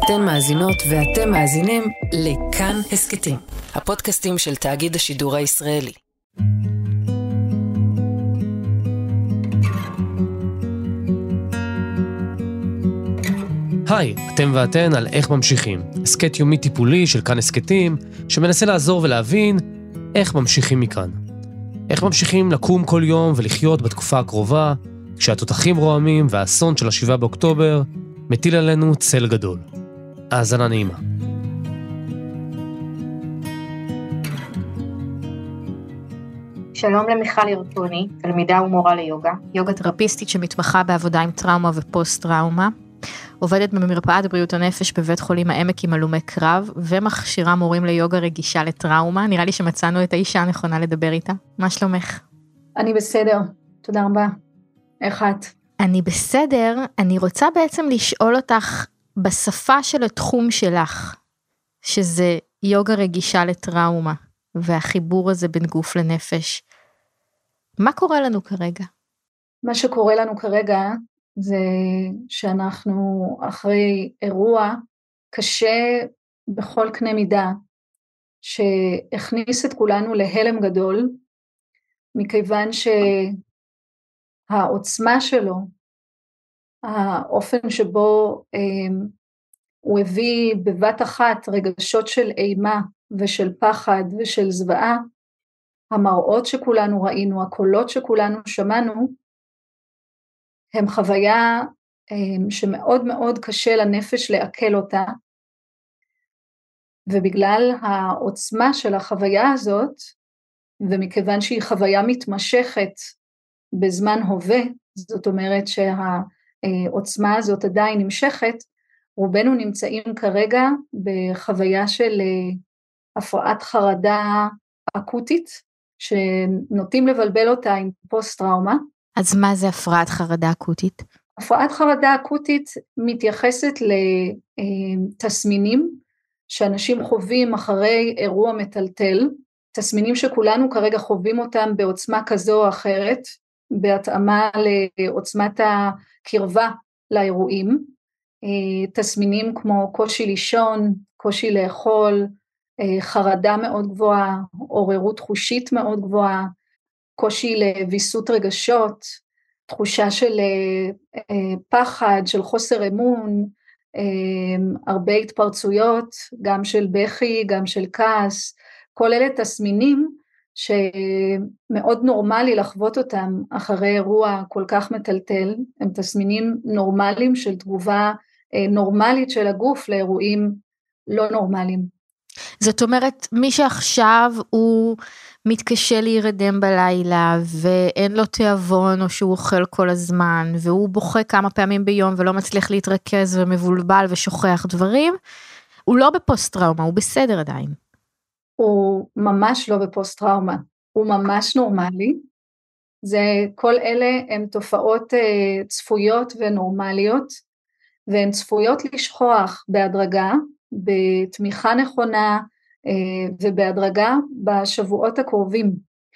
אתן מאזינות ואתם מאזינים לכאן הסקטים, הפודקאסטים של תאגיד השידור הישראלי. היי, אתם ואתן על איך ממשיכים. הסקט יומי טיפולי של כאן הסקטים, שמנסה לעזור ולהבין איך ממשיכים מכאן. איך ממשיכים לקום כל יום ולחיות בתקופה הקרובה, כשהתותחים רועמים והאסון של 7 באוקטובר מטיל עלינו צל גדול. האזנה נעימה. שלום למיכל ירקוני, תלמידה ומורה ליוגה, יוגה תרפיסטית שמתמחה בעבודה עם טראומה ופוסט-טראומה, עובדת במרפאת בריאות הנפש בבית חולים העמק עם הלומי קרב, ומכשירה מורים ליוגה רגישה לטראומה. נראה לי שמצאנו את האישה הנכונה לדבר איתה. מה שלומך? אני בסדר, תודה רבה. איך את? אני בסדר, אני רוצה בעצם לשאול אותך בשפה של התחום שלך, שזה יוגה רגישה לטראומה, והחיבור הזה בין גוף לנפש. מה קורה לנו כרגע? מה שקורה לנו כרגע, זה שאנחנו אחרי אירוע קשה בכל קנה מידה, שהכניס את כולנו להלם גדול, מכיוון שהעוצמה שלו, האופן שבו הוא הביא בבת אחת רגשות של אימה ושל פחד ושל זוועה, המראות שכולנו ראינו, הקולות שכולנו שמענו, הם חוויה שמאוד מאוד קשה לנפש לעכל אותה, ובגלל העוצמה של החוויה הזאת, ומכיוון שהיא חוויה מתמשכת בזמן הווה, זאת אומרת שהעוצמה הזאת עדיין נמשכת, רובנו נמצאים כרגע בחוויה של הפרעת חרדה אקוטית, שנוטים לבלבל אותה עם פוסט-טראומה. אז מה זה הפרעת חרדה אקוטית? הפרעת חרדה אקוטית מתייחסת לתסמינים שאנשים חווים אחרי אירוע מטלטל, תסמינים שכולנו כרגע חווים אותם בעוצמה כזו או אחרת, בהתאמה לעוצמת הקרבה לאירועים, תסמינים כמו קושי לישון, קושי לאכול, חרדה מאוד גבוהה, עוררות חושית מאוד גבוהה, קושי לוויסות רגשות, תחושה של פחד, של חוסר אמון, הרבה התפרצויות, גם של בכי, גם של כעס, כל אלה תסמינים שמאוד נורמלי לחוות אותם אחרי אירוע כל כך מטלטל, הם תסמינים נורמליים של תגובה נורמלית של הגוף לאירועים לא נורמליים. זאת אומרת, מי שעכשיו הוא מתקשה להירדם בלילה, ואין לו תיאבון, או שהוא אוכל כל הזמן, והוא בוכה כמה פעמים ביום, ולא מצליח להתרכז, ומבולבל, ושוכח דברים, הוא לא בפוסט-טראומה, הוא בסדר עדיין. הוא ממש לא בפוסט-טראומה, הוא ממש נורמלי, כל אלה הן תופעות צפויות ונורמליות, והן צפויות לשכוח בהדרגה, בתמיכה נכונה, ובהדרגה בשבועות הקרובים.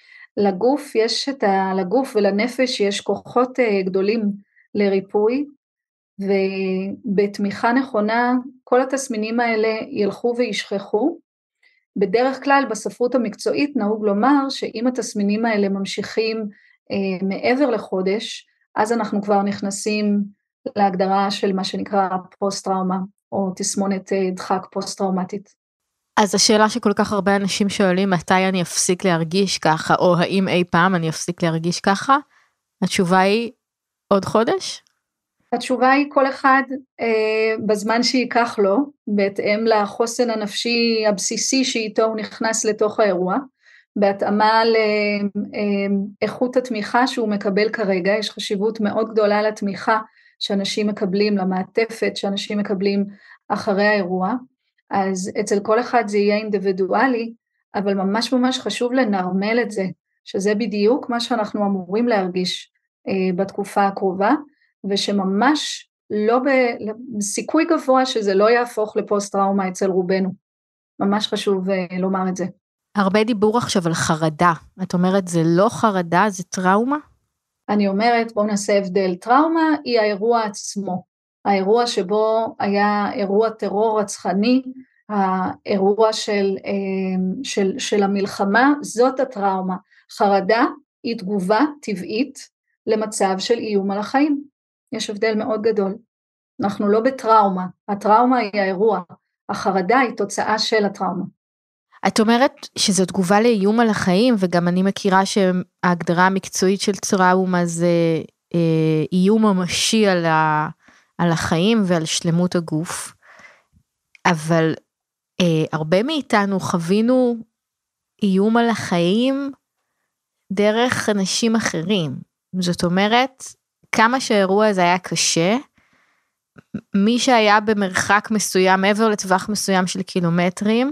לגוף ולנפש יש כוחות גדולים לריפוי, ובתמיכה נכונה כל התסמינים האלה ילכו וישכחו. בדרך כלל בספרות המקצועית נהוג לומר שאם התסמינים האלה ממשיכים מעבר לחודש, אז אנחנו כבר נכנסים להגדרה של מה שנקרא פוסט-טראומה, או תסמונת דחק פוסט-טראומטית. אז השאלה שכל כך הרבה אנשים שואלים, מתי אני אפסיק להרגיש ככה, או האם אי פעם אני אפסיק להרגיש ככה? התשובה היא עוד חודש? התשובה היא כל אחד בזמן שייקח לו, בהתאם לחוסן הנפשי הבסיסי שאיתו הוא נכנס לתוך האירוע, בהתאמה לאיכות התמיכה שהוא מקבל כרגע, יש חשיבות מאוד גדולה לתמיכה שאנשים מקבלים, למעטפת שאנשים מקבלים אחרי האירוע, אז אצל כל אחד זה יהיה אינדיבידואלי, אבל ממש ממש חשוב לנרמל את זה, שזה בדיוק מה שאנחנו אמורים להרגיש בתקופה הקרובה, ושממש לא בסיכוי גבוה שזה לא יהפוך לפוסט-טראומה אצל רובנו. ממש חשוב לומר את זה. הרבה דיבור עכשיו על חרדה, את אומרת זה לא חרדה, זה טראומה? אני אומרת בואו נעשה הבדל, טראומה היא האירוע עצמו, האירוע שבו היה אירוע טרור רצחני, האירוע של המלחמה, זאת הטראומה. חרדה היא תגובה טבעית למצב של איום על החיים. יש הבדל מאוד גדול. אנחנו לא בטראומה, הטראומה היא האירוע, החרדה היא תוצאה של הטראומה. את אומרת שזו תגובה לאיום על החיים, וגם אני מכירה שההגדרה המקצועית של טראומה זה איום ממשי על החיים ועל שלמות הגוף, אבל הרבה מאיתנו חווינו איום על החיים דרך אנשים אחרים. זאת אומרת, כמה שהאירוע הזה היה קשה, מי שהיה במרחק מסוים, מעבר לטווח מסוים של קילומטרים,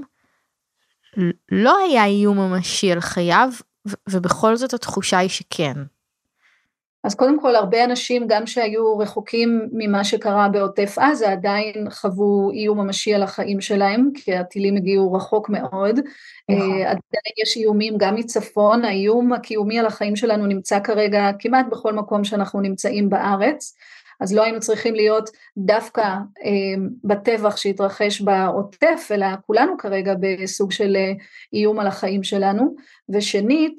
לא היה איום ממשי על חייו, ובכל זאת התחושה היא שכן. אז קודם כל, הרבה אנשים, גם שהיו רחוקים ממה שקרה בעוטף עזה, עדיין חוו איום ממשי על החיים שלהם, כי הטילים הגיעו רחוק מאוד. עדיין יש איומים גם מצפון, האיום הקיומי על החיים שלנו נמצא כרגע כמעט בכל מקום שאנחנו נמצאים בארץ, אז לא היינו צריכים להיות דווקא בטבח שהתרחש בעוטף, אלא כולנו כרגע בסוג של איום על החיים שלנו. ושנית,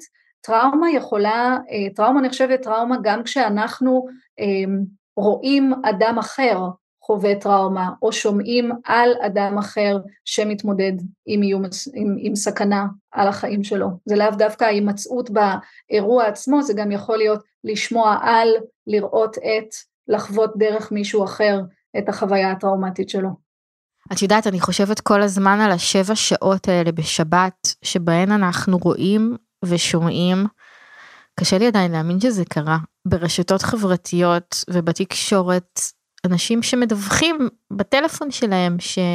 טראומה נחשבת טראומה גם כשאנחנו רואים אדם אחר חווה טראומה, או שומעים על אדם אחר שמתמודד עם סכנה על החיים שלו. זה לאו דווקא ההימצאות באירוע עצמו, זה גם יכול להיות לשמוע על, לראות לחוות דרך מישהו אחר את החוויה הטראומטית שלו. את יודעת, אני חושבת כל הזמן על 7 שעות האלה בשבת, שבהן אנחנו רואים ושומעים, קשה לי עדיין להאמין שזה קרה, ברשתות חברתיות ובתקשורת, אנשים שמדווחים בטלפון שלהם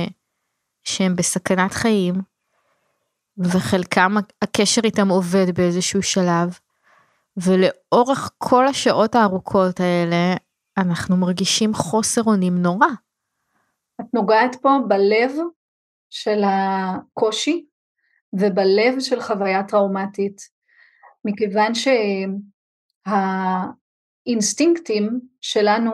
שהם בסכנת חיים, וחלקם הקשר איתם עובד באיזשהו שלב, ולאורך כל השעות הארוכות האלה, אנחנו מרגישים חוסר אונים נורא. את נוגעת פה בלב של הקושי, ובלב של חוויה טראומטית, מכיוון שהאינסטינקטים שלנו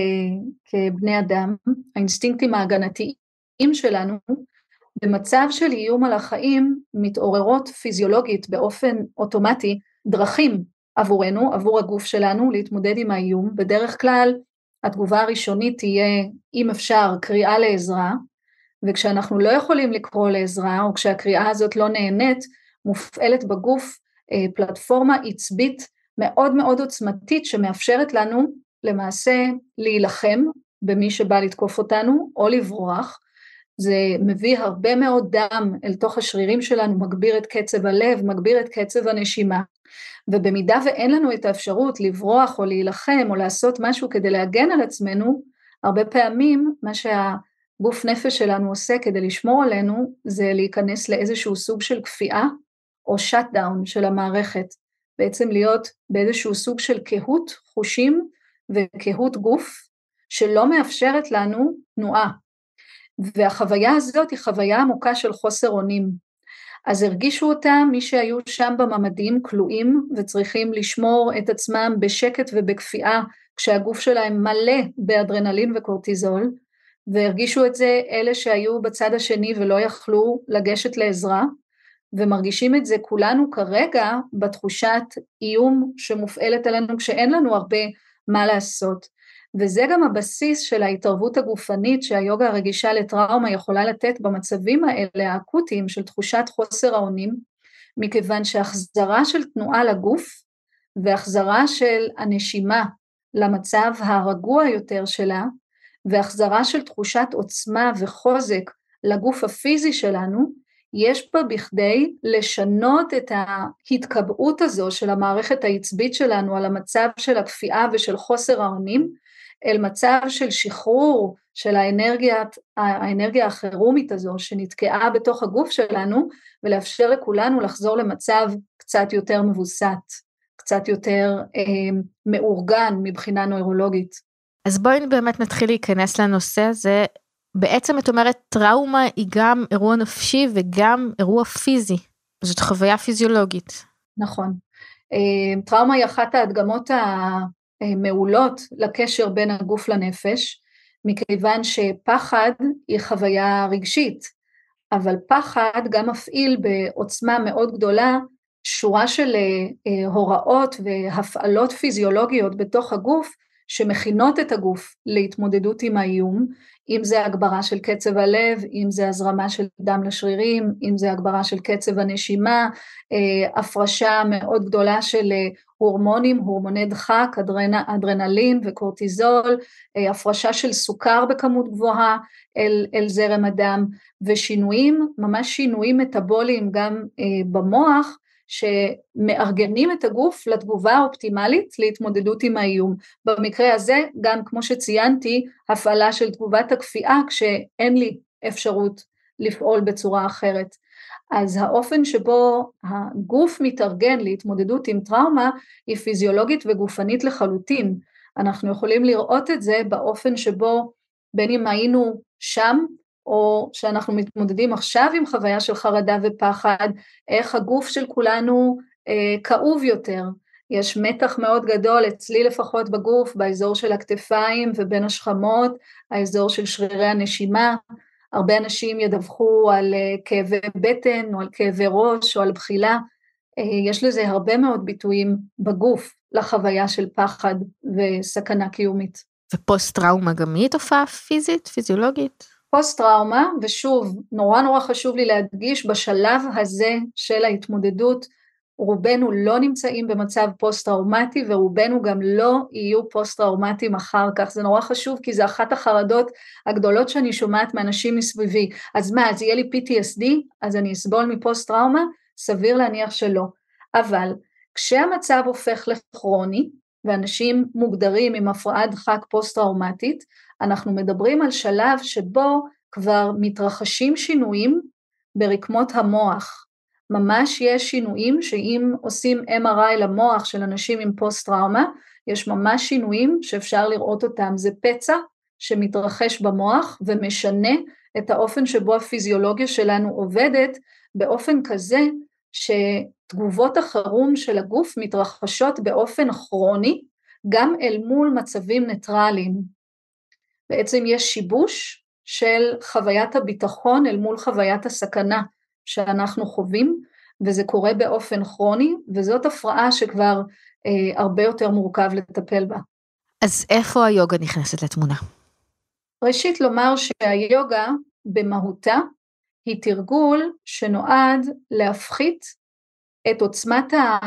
כבני אדם, האינסטינקטים ההגנתיים שלנו, במצב של איום על החיים, מתעוררות פיזיולוגית באופן אוטומטי, דרכים עבורנו, עבור הגוף שלנו, להתמודד עם האיום. בדרך כלל, התגובה הראשונית תהיה, אם אפשר, קריאה לעזרה, וכשאנחנו לא יכולים לקרוא לעזרה, או כשהקריאה הזאת לא נהנית, מופעלת בגוף פלטפורמה עצבית מאוד מאוד עוצמתית, שמאפשרת לנו למעשה להילחם במי שבא לתקוף אותנו, או לברוח. זה מביא הרבה מאוד דם אל תוך השרירים שלנו, מגביר את קצב הלב, מגביר את קצב הנשימה, ובמידה ואין לנו את האפשרות לברוח או להילחם, או לעשות משהו כדי להגן על עצמנו, הרבה פעמים מה גוף נפש שלנו עושה כדי לשמור עלינו, זה להיכנס לאיזשהו סוג של כפייה, או shutdown של המערכת, בעצם להיות באיזשהו סוג של קהות חושים, וקהות גוף, שלא מאפשרת לנו תנועה, והחוויה הזאת היא חוויה עמוקה של חוסר אונים, אז הרגישו אותה מי שהיו שם בממדים כלואים, וצריכים לשמור את עצמם בשקט ובכפייה, כשהגוף שלהם מלא באדרנלין וקורטיזול, והרגישו את זה אלה שהיו בצד השני ולא יכלו לגשת לעזרה, ומרגישים את זה כולנו כרגע בתחושת איום שמופעלת עלינו כשאין לנו הרבה מה לעשות. וזה גם הבסיס של ההתערבות הגופנית שהיוגה הרגישה לטראומה יכולה לתת במצבים האלה האקוטיים של תחושת חוסר האונים, מכיוון שהחזרה של תנועה לגוף והחזרה של הנשימה למצב הרגוע יותר שלה, והחזרה של תחושת עוצמה וחוזק לגוף הפיזי שלנו, יש בה בכדי לשנות את ההתקבעות הזו של המערכת העצבית שלנו על המצב של הכפייה ושל חוסר האונים, אל מצב של שחרור של האנרגיה החירומית הזו שנתקעה בתוך הגוף שלנו, ולאפשר לכולנו לחזור למצב קצת יותר מבוסת, קצת יותר מאורגן מבחינה נוירולוגית. אז בואי באמת נתחיל להיכנס לנושא הזה. בעצם את אומרת, טראומה היא גם אירוע נפשי וגם אירוע פיזי, זאת חוויה פיזיולוגית. נכון. טראומה היא אחת ההדגמות המעולות לקשר בין הגוף לנפש, מכיוון שפחד היא חוויה רגשית, אבל פחד גם מפעיל בעוצמה מאוד גדולה שורה של הוראות והפעלות פיזיולוגיות בתוך הגוף, שמכינות את הגוף להתמודדות עם האיום, אם זה הגברה של קצב הלב, אם זה הזרמה של דם לשרירים, אם זה הגברה של קצב הנשימה, הפרשה מאוד גדולה של הורמונים, הורמוני דחק, אדרנלין וקורטיזול, הפרשה של סוכר בכמות גבוהה אל זרם הדם, ושינויים, ממש שינויים מטאבוליים גם במוח, שמארגנים את הגוף לתגובה האופטימלית להתמודדות עם האיום. במקרה הזה, גם כמו שציינתי, הפעלה של תגובת הכפייה, כשאין לי אפשרות לפעול בצורה אחרת. אז האופן שבו הגוף מתארגן להתמודדות עם טראומה, היא פיזיולוגית וגופנית לחלוטין. אנחנו יכולים לראות את זה באופן שבו, בין אם היינו שם, או שאנחנו מתמודדים עכשיו עם חוויה של חרדה ופחד, איך הגוף של כולנו כאוב יותר. יש מתח מאוד גדול, אצלי לפחות בגוף, באזור של הכתפיים ובין השכמות, האזור של שרירי הנשימה. הרבה אנשים ידווחו על כאבי בטן, או על כאבי ראש, או על בחילה. יש לזה הרבה מאוד ביטויים בגוף, לחוויה של פחד וסכנה קיומית. ופוסט טראומה גם היא תופעה פיזית, פיזיולוגית? פוסט טראומה, ושוב, נורא חשוב לי להדגיש, בשלב הזה של ההתמודדות, רובנו לא נמצאים במצב פוסט טראומטי, ורובנו גם לא יהיו פוסט טראומטיים אחר כך. זה נורא חשוב, כי זה אחת החרדות הגדולות שאני שומעת מאנשים מסביבי. אז מה, אז יהיה לי PTSD? אז אני אסבול מפוסט טראומה? סביר להניח שלא. אבל כשהמצב הופך לכרוני, ואנשים מוגדרים עם הפרעה דחק פוסט טראומטית, אנחנו מדברים על שלב שבו כבר מתרחשים שינויים ברקמות המוח. ממש יש שינויים שאם עושים MRI למוח של אנשים עם פוסט טראומה, יש ממש שינויים שאפשר לראות אותם. זה פצע שמתרחש במוח ומשנה את האופן שבו הפיזיולוגיה שלנו עובדת, באופן כזה שתגובות החירום של הגוף מתרחשות באופן כרוני, גם אל מול מצבים ניטרליים. בעצם יש שיבוש של חוויית הביטחון אל מול חוויית הסכנה שאנחנו חווים, וזה קורה באופן כרוני, וזאת הפרעה שכבר הרבה יותר מורכב לטפל בה. אז איפה היוגה נכנסת לתמונה? ראשית לומר שהיוגה במהותה היא תרגול שנועד להפחית את עוצמת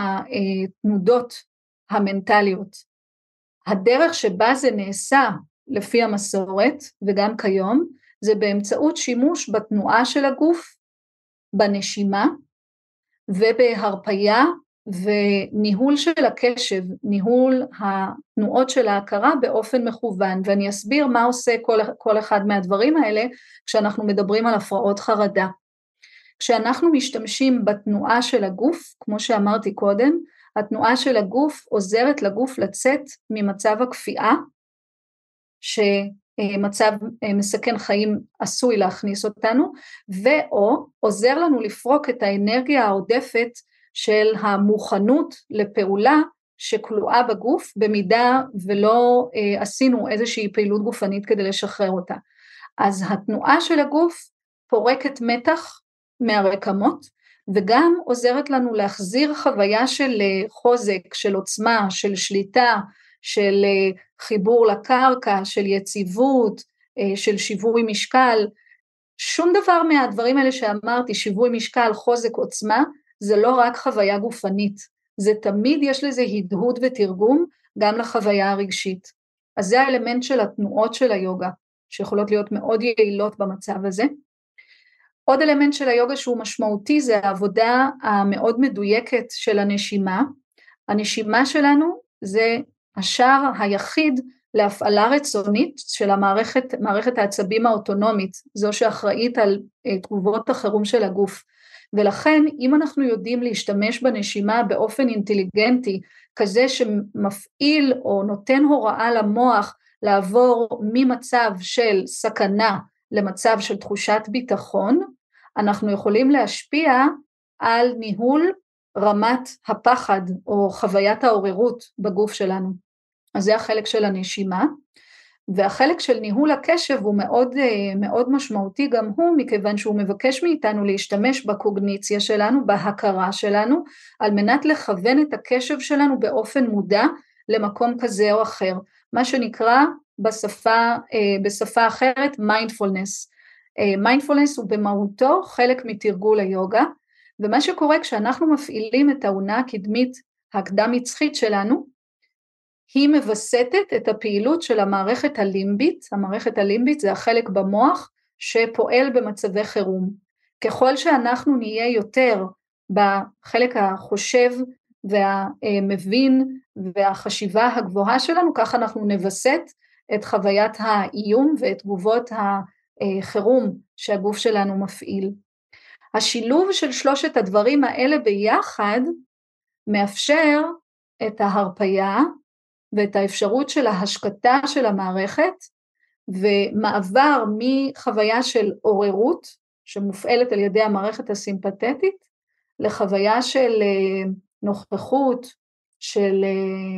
התנודות המנטליות. הדרך שבה זה נעשה לפי המסורת, וגם כיום, זה באמצעות שימוש בתנועה של הגוף, בנשימה, ובהרפיה, וניהול של הקשב, ניהול התנועות של ההכרה באופן מכוון, ואני אסביר מה עושה כל אחד מהדברים האלה, כשאנחנו מדברים על הפרעות חרדה. כשאנחנו משתמשים בתנועה של הגוף, כמו שאמרתי קודם, התנועה של הגוף עוזרת לגוף לצאת ממצב הכפייה, שמצב מסכן חיים עשוי להכניס אותנו, ואו עוזר לנו לפרוק את האנרגיה העודפת של המוכנות לפעולה שכלואה בגוף, במידה ולא עשינו איזושהי פעילות גופנית כדי לשחרר אותה. אז התנועה של הגוף פורקת מתח מהרקמות, וגם עוזרת לנו להחזיר חוויה של חוזק, של עוצמה, של שליטה, של חיבור לקרקע, של יציבות, של שיווי משקל. שום דבר מהדברים האלה שאמרתי, שיווי משקל, חוזק, עוצמה, זה לא רק חוויה גופנית, זה תמיד יש לזה הדהוד ותרגום גם לחוויה הרגשית. אז זה האלמנט של התנועות של היוגה, שיכולות להיות מאוד יעילות במצב הזה. עוד אלמנט של היוגה שהוא משמעותי, זה העבודה המאוד מדויקת של הנשימה. הנשימה שלנו זה השער היחיד להפעלה רצונית של מערכת העצבים האוטונומית, זו שאחראית על תגובות החירום של הגוף. ולכן אם אנחנו יודעים להשתמש בנשימה באופן אינטליגנטי, כזה שמפעיל או נותן הוראה למוח לעבור ממצב של סכנה למצב של תחושת ביטחון, אנחנו יכולים להשפיע על ניהול רמת הפחד או חוויית העוררות בגוף שלנו. אז זה החלק של הנשימה. והחלק של ניהול הקשב הוא מאוד, מאוד משמעותי גם הוא, מכיוון שהוא מבקש מאיתנו להשתמש בקוגניציה שלנו, בהכרה שלנו, על מנת לכוון את הקשב שלנו באופן מודע למקום כזה או אחר, מה שנקרא בשפה אחרת מיינדפולנס. מיינדפולנס הוא במהותו חלק מתרגול היוגה, ומה שקורה כשאנחנו מפעילים את האונה הקדמית הקדם-מצחית שלנו, היא מבסטת את הפעילות של המערכת הלימבית. המערכת הלימבית זה החלק במוח שפועל במצבי חירום. ככל שאנחנו נהיה יותר בחלק החושב והמבין והחשיבה הגבוהה שלנו, ככה אנחנו נבסט את חוויית האיום ואת תגובות החירום שהגוף שלנו מפעיל. השילוב של שלושת הדברים האלה ביחד מאפשר את ההרפיה ואת האפשרות של ההשקטה של המערכת, ומעבר מחוויה של עוררות, שמופעלת על ידי המערכת הסימפתטית, לחוויה של נוכחות, של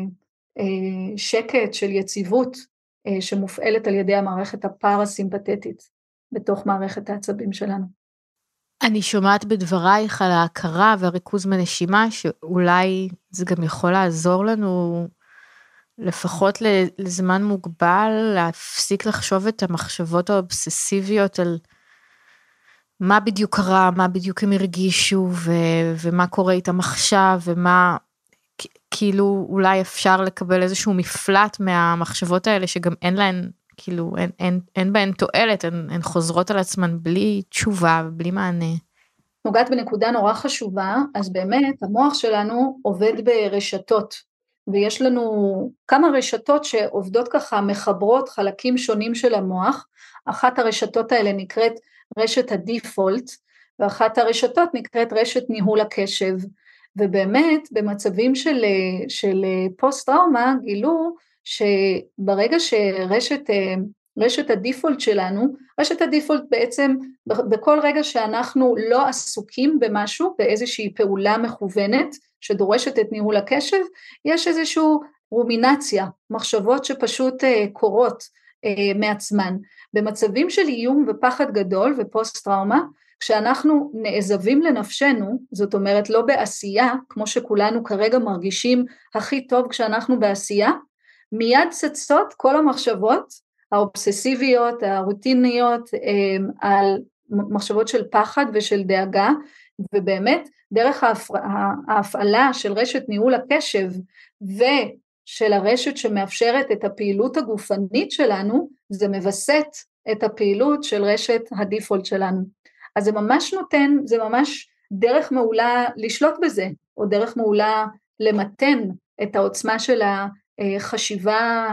שקט, של יציבות, שמופעלת על ידי המערכת הפרסימפתטית, בתוך מערכת העצבים שלנו. אני שומעת בדברייך על ההכרה והריכוז בנשימה, שאולי זה גם יכול לעזור לנו, לפחות לזמן מוגבל, להפסיק לחשוב את המחשבות האובססיביות על מה בדיוק קרה, מה בדיוק הם הרגישו, ומה קורה איתם עכשיו, ומה, כאילו אולי אפשר לקבל איזשהו מפלט מהמחשבות האלה, שגם אין להן, כאילו אין בהן תועלת, הן חוזרות על עצמן בלי תשובה ובלי מענה. נוגעת בנקודה נורא חשובה, אז באמת המוח שלנו עובד ברשתות, ויש לנו כמה רשתות שעובדות ככה, מחברות חלקים שונים של המוח. אחת הרשתות האלה נקראת רשת הדיפולט, ואחת הרשתות נקראת רשת ניהול הקשב, ובאמת במצבים של פוסט-טראומה גילו שברגע רשת הדיפולט שלנו, רשת הדיפולט בעצם בכל רגע שאנחנו לא עסוקים במשהו, באיזושהי פעולה מכוונת, שדורשת את ניהול הקשב, יש איזושהי רומינציה, מחשבות שפשוט קורות מעצמן. במצבים של איום ופחד גדול ופוסט-טראומה, כשאנחנו נעזבים לנפשנו, זאת אומרת לא בעשייה, כמו שכולנו כרגע מרגישים הכי טוב כשאנחנו בעשייה, מיד צצות כל המחשבות האובססיביות, הרוטיניות, על מחשבות של פחד ושל דאגה, ובאמת דרך ההפעלה של רשת ניהול הקשב ושל הרשת שמאפשרת את הפעילות הגופנית שלנו, זה מבסט את הפעילות של רשת הדיפולט שלנו. אז זה ממש נותן, זה ממש דרך מעולה לשלוט בזה, או דרך מעולה למתן את העוצמה של החשיבה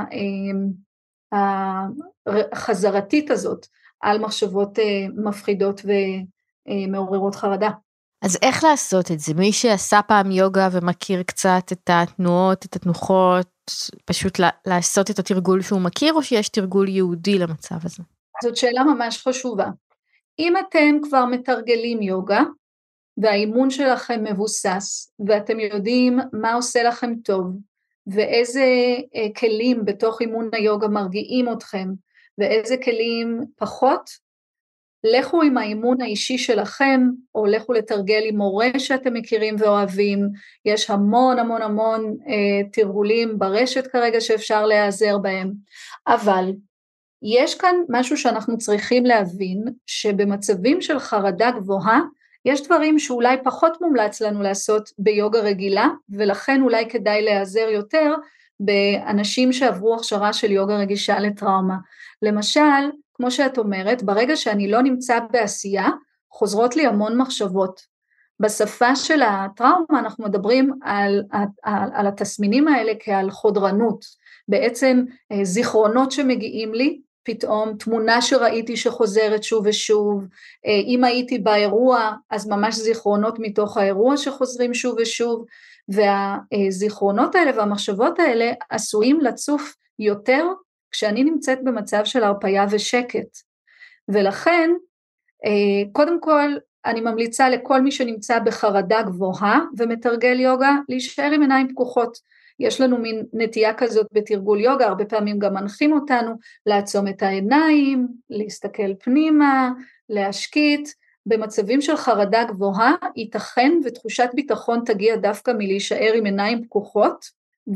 החזרתית הזאת על מחשבות מפחידות ומעוררות חרדה. אז איך לעשות את זה? מי שעשה פעם יוגה ומכיר קצת את התנועות, את התנוחות, פשוט לעשות את התרגול שהוא מכיר, או שיש תרגול יהודי למצב הזה? זאת שאלה ממש חשובה. אם אתם כבר מתרגלים יוגה, והאימון שלכם מבוסס, ואתם יודעים מה עושה לכם טוב, ואיזה כלים בתוך אימון היוגה מרגיעים אתכם, ואיזה כלים פחות, לכו עם האימון האישי שלכם, או לכו לתרגל עם מורה שאתם מכירים ואוהבים, יש המון המון המון תרגולים ברשת כרגע שאפשר להיעזר בהם, אבל יש כאן משהו שאנחנו צריכים להבין, שבמצבים של חרדה גבוהה, יש דברים שאולי פחות מומלץ לנו לעשות ביוגה רגילה, ולכן אולי כדאי להיעזר יותר באנשים שעברו הכשרה של יוגה רגישה לטראומה. למשל, כמו שאת אומרת, ברגע שאני לא נמצא בעשייה, חוזרות לי המון מחשבות. בשפה של הטראומה אנחנו מדברים על התסמינים האלה כעל חודרנות, בעצם זיכרונות שמגיעים לי, פתאום תמונה שראיתי שחוזרת שוב ושוב, אם הייתי באירוע, אז ממש זיכרונות מתוך האירוע שחוזרים שוב ושוב, והזיכרונות האלה והמחשבות האלה עשויים לצוף יותר, כשאני נמצאת במצב של הרפיה ושקט, ולכן, קודם כל, אני ממליצה לכל מי שנמצא בחרדה גבוהה, ומתרגל יוגה, להישאר עם עיניים פקוחות, יש לנו מין נטייה כזאת בתרגול יוגה, הרבה פעמים גם מנחים אותנו לעצום את העיניים, להסתכל פנימה, להשקיט. במצבים של חרדה גבוהה, ייתכן ותחושת ביטחון תגיע דווקא מלהישאר עם עיניים פקוחות,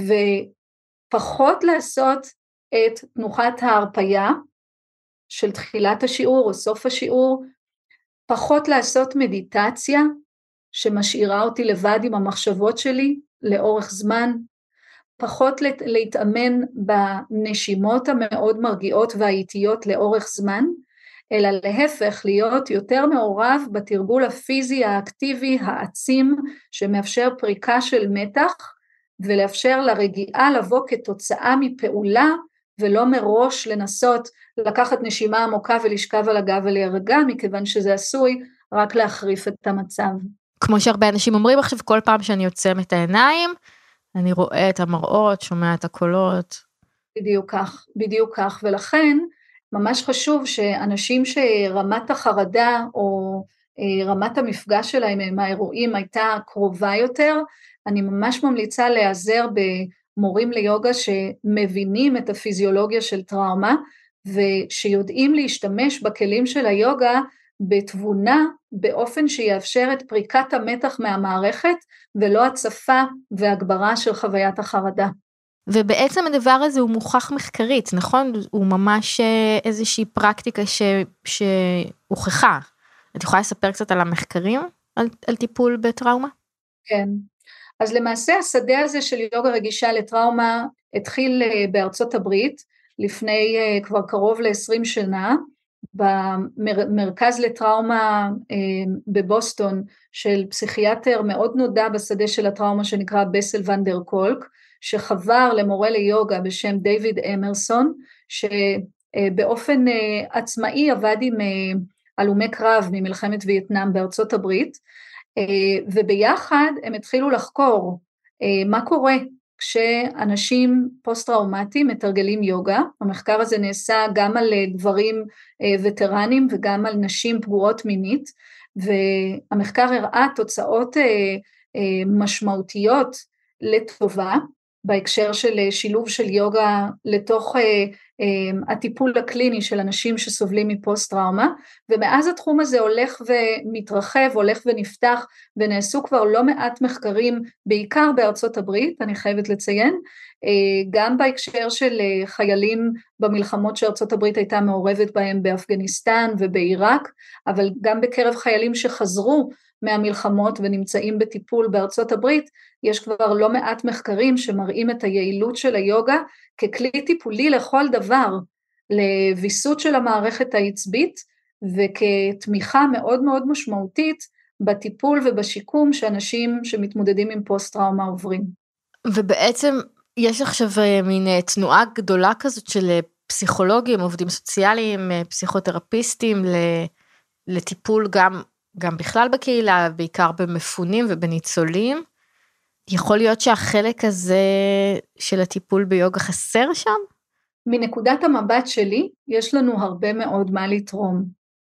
ופחות לעשות את תנוחת ההרפיה של תחילת השיעור או סוף השיעור, פחות לעשות מדיטציה שמשאירה אותי לבד עם המחשבות שלי לאורך זמן, פחות להתאמן בנשימות המאוד מרגיעות והאיטיות לאורך זמן, אלא להפך להיות יותר מעורב בתרגול הפיזי האקטיבי העצים שמאפשר פריקה של מתח ולאפשר לרגיעה לבוא כתוצאה מפעולה ולא מראש לנסות לקחת נשימה עמוקה ולשכב על הגב ולהירגע, מכיוון שזה עשוי רק להחריף את המצב. כמו שהרבה אנשים אומרים עכשיו, כל פעם שאני יוצם את העיניים, אני רואה את המראות, שומע את הקולות. בדיוק כך, ולכן ממש חשוב שאנשים שרמת החרדה או רמת המפגש שלהם עם האירועים הייתה קרובה יותר, אני ממש ממליצה להיעזר במורים ליוגה שמבינים את הפיזיולוגיה של טראומה, ושיודעים להשתמש בכלים של היוגה בתבונה, באופן שיאפשר את פריקת המתח מהמערכת, ולא הצפה והגברה של חוויית החרדה. ובעצם הדבר הזה הוא מוכח מחקרית, נכון? הוא ממש איזושהי פרקטיקה שהוכחה. את יכולה לספר קצת על המחקרים, על טיפול בטראומה? כן. אז למעשה השדה הזה של יוגה רגישה לטראומה התחיל בארצות הברית, לפני כבר קרוב ל-20 שנה, במרכז לטראומה בבוסטון, של פסיכיאטר מאוד נודע בשדה של הטראומה, שנקרא בסל ונדר קולק, שחבר למורה ליוגה בשם דיוויד אמרסון, שבאופן עצמאי עבד עם הלומי קרב ממלחמת וייטנאם בארצות הברית, וביחד הם התחילו לחקור מה קורה כשאנשים פוסט-טראומטיים מתרגלים יוגה. המחקר הזה נעשה גם על גברים וטרנים וגם על נשים פגועות מינית, והמחקר הראה תוצאות משמעותיות לטובה, בהקשר של שילוב של יוגה לתוך הטיפול הקליני של אנשים שסובלים מפוסט-טראומה, ומאז התחום הזה הולך ומתרחב, הולך ונפתח, ונעשו כבר לא מעט מחקרים, בעיקר בארצות הברית, אני חייבת לציין, גם בהקשר של חיילים במלחמות שארצות הברית הייתה מעורבת בהם באפגניסטן ובעיראק, אבל גם בקרב חיילים שחזרו מהמלחמות ונמצאים בטיפול בארצות הברית, יש כבר לא מעט מחקרים שמראים את היעילות של היוגה ככלי טיפולי לכל דבר, לביסות של המערכת העצבית, וכתמיכה מאוד מאוד משמעותית בטיפול ובשיקום שאנשים שמתמודדים עם פוסט-טראומה עוברים. ובעצם יש עכשיו מין תנועה גדולה כזאת של פסיכולוגים, עובדים סוציאליים, פסיכותרפיסטים, לטיפול גם בכלל בקהילה, בעיקר במפונים ובניצולים. יכול להיות שהחלק הזה של הטיפול ביוגה חסר שם? מנקודת המבט שלי, יש לנו הרבה מאוד מה לתרום.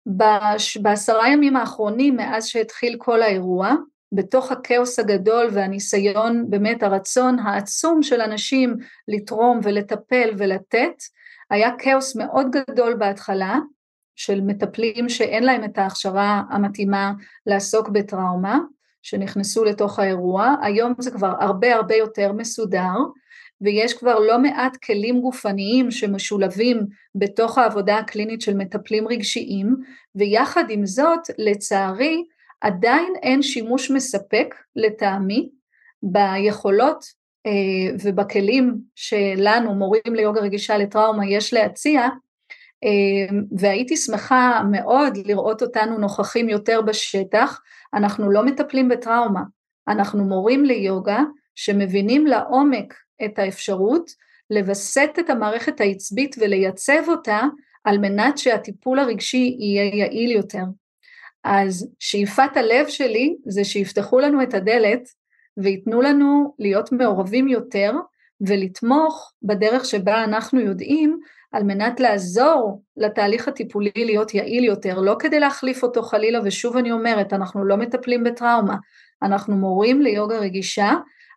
ב10 ימים האחרונים, מאז שהתחיל כל האירוע, בתוך הכאוס הגדול והניסיון, באמת הרצון העצום של אנשים לתרום ולטפל ולתת, היה כאוס מאוד גדול בהתחלה, של מטפלים שאין להם את ההכשרה המתאימה לעסוק בטראומה, שנכנסו לתוך האירוע. היום זה כבר הרבה יותר מסודר, ויש כבר לא מעט כלים גופניים שמשולבים בתוך העבודה הקלינית של מטפלים רגשיים, ויחד עם זאת, לצערי, עדיין אין שימוש מספק לטעמי, ביכולות ובכלים שלנו, מורים ליוגה רגישה לטראומה, יש להציע, והייתי שמחה מאוד לראות אותנו נוכחים יותר בשטח. אנחנו לא מטפלים בטראומה, אנחנו מורים ליוגה שמבינים לעומק את האפשרות לבסט את המערכת העצבית ולייצב אותה על מנת שהטיפול הרגשי יהיה יעיל יותר. אז שאיפת הלב שלי זה שיפתחו לנו את הדלת ויתנו לנו להיות מעורבים יותר ולתמוך בדרך שבה אנחנו יודעים, על מנת לעזור לתהליך הטיפולי להיות יעיל יותר, לא כדי להחליף אותו חלילה, ושוב אני אומרת, אנחנו לא מטפלים בטראומה, אנחנו מורים ליוגה רגישה,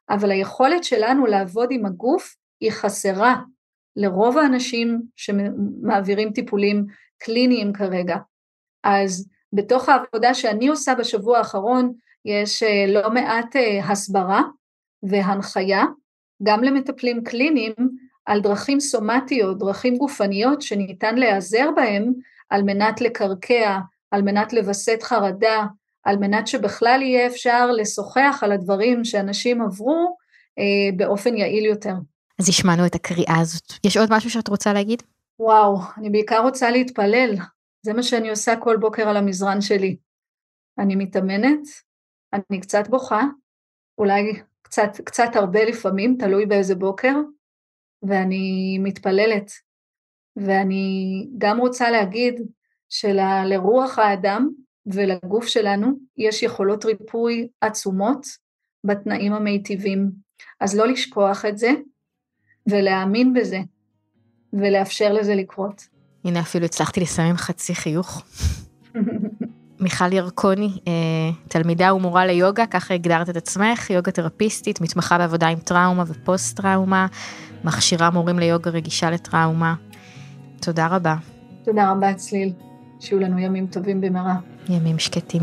אבל היכולת שלנו לעבוד עם הגוף היא חסרה לרוב האנשים שמעבירים טיפולים קליניים כרגע. אז בתוך העבודה שאני עושה בשבוע האחרון, יש לא מעט הסברה והנחיה, גם למטפלים קליניים, על דרכים סומטיות, דרכים גופניות שניתן להיעזר בהם, על מנת לקרקע, על מנת לבסט חרדה, על מנת שבכלל יהיה אפשר לשוחח על הדברים שאנשים עברו באופן יעיל יותר. אז השמענו את הקריאה הזאת. יש עוד משהו שאת רוצה להגיד? וואו, אני בעיקר רוצה להתפלל. זה מה שאני עושה כל בוקר על המזרן שלי. אני מתאמנת, אני קצת בוכה, אולי קצת הרבה לפעמים, תלוי באיזה בוקר, ואני מתפללת. ואני גם רוצה להגיד שלרוח האדם ולגוף שלנו יש יכולות ריפוי עצומות בתנאים המיטיבים. אז לא לשכוח את זה ולהאמין בזה ולאפשר לזה לקרות. הנה אפילו הצלחתי לסיים חצי חיוך. מיכל ירקוני, תלמידה ומורה ליוגה, ככה הגדרת את עצמך, יוגה תרפיסטית, מתמחה בעבודה עם טראומה ופוסט טראומה, מכשירה מורים ליוגה רגישה לטראומה. תודה רבה. תודה רבה צליל, שיהיו לנו ימים טובים במהרה. ימים שקטים.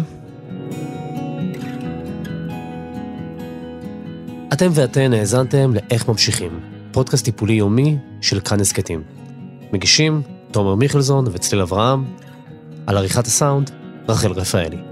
אתם ואתן האזנתם לאיך ממשיכים, פודקאסט טיפולי יומי של כאן הסקטים. מגישים תומר מיכלזון וצליל אברהם, על עריכת הסאונד רחל רפאלי.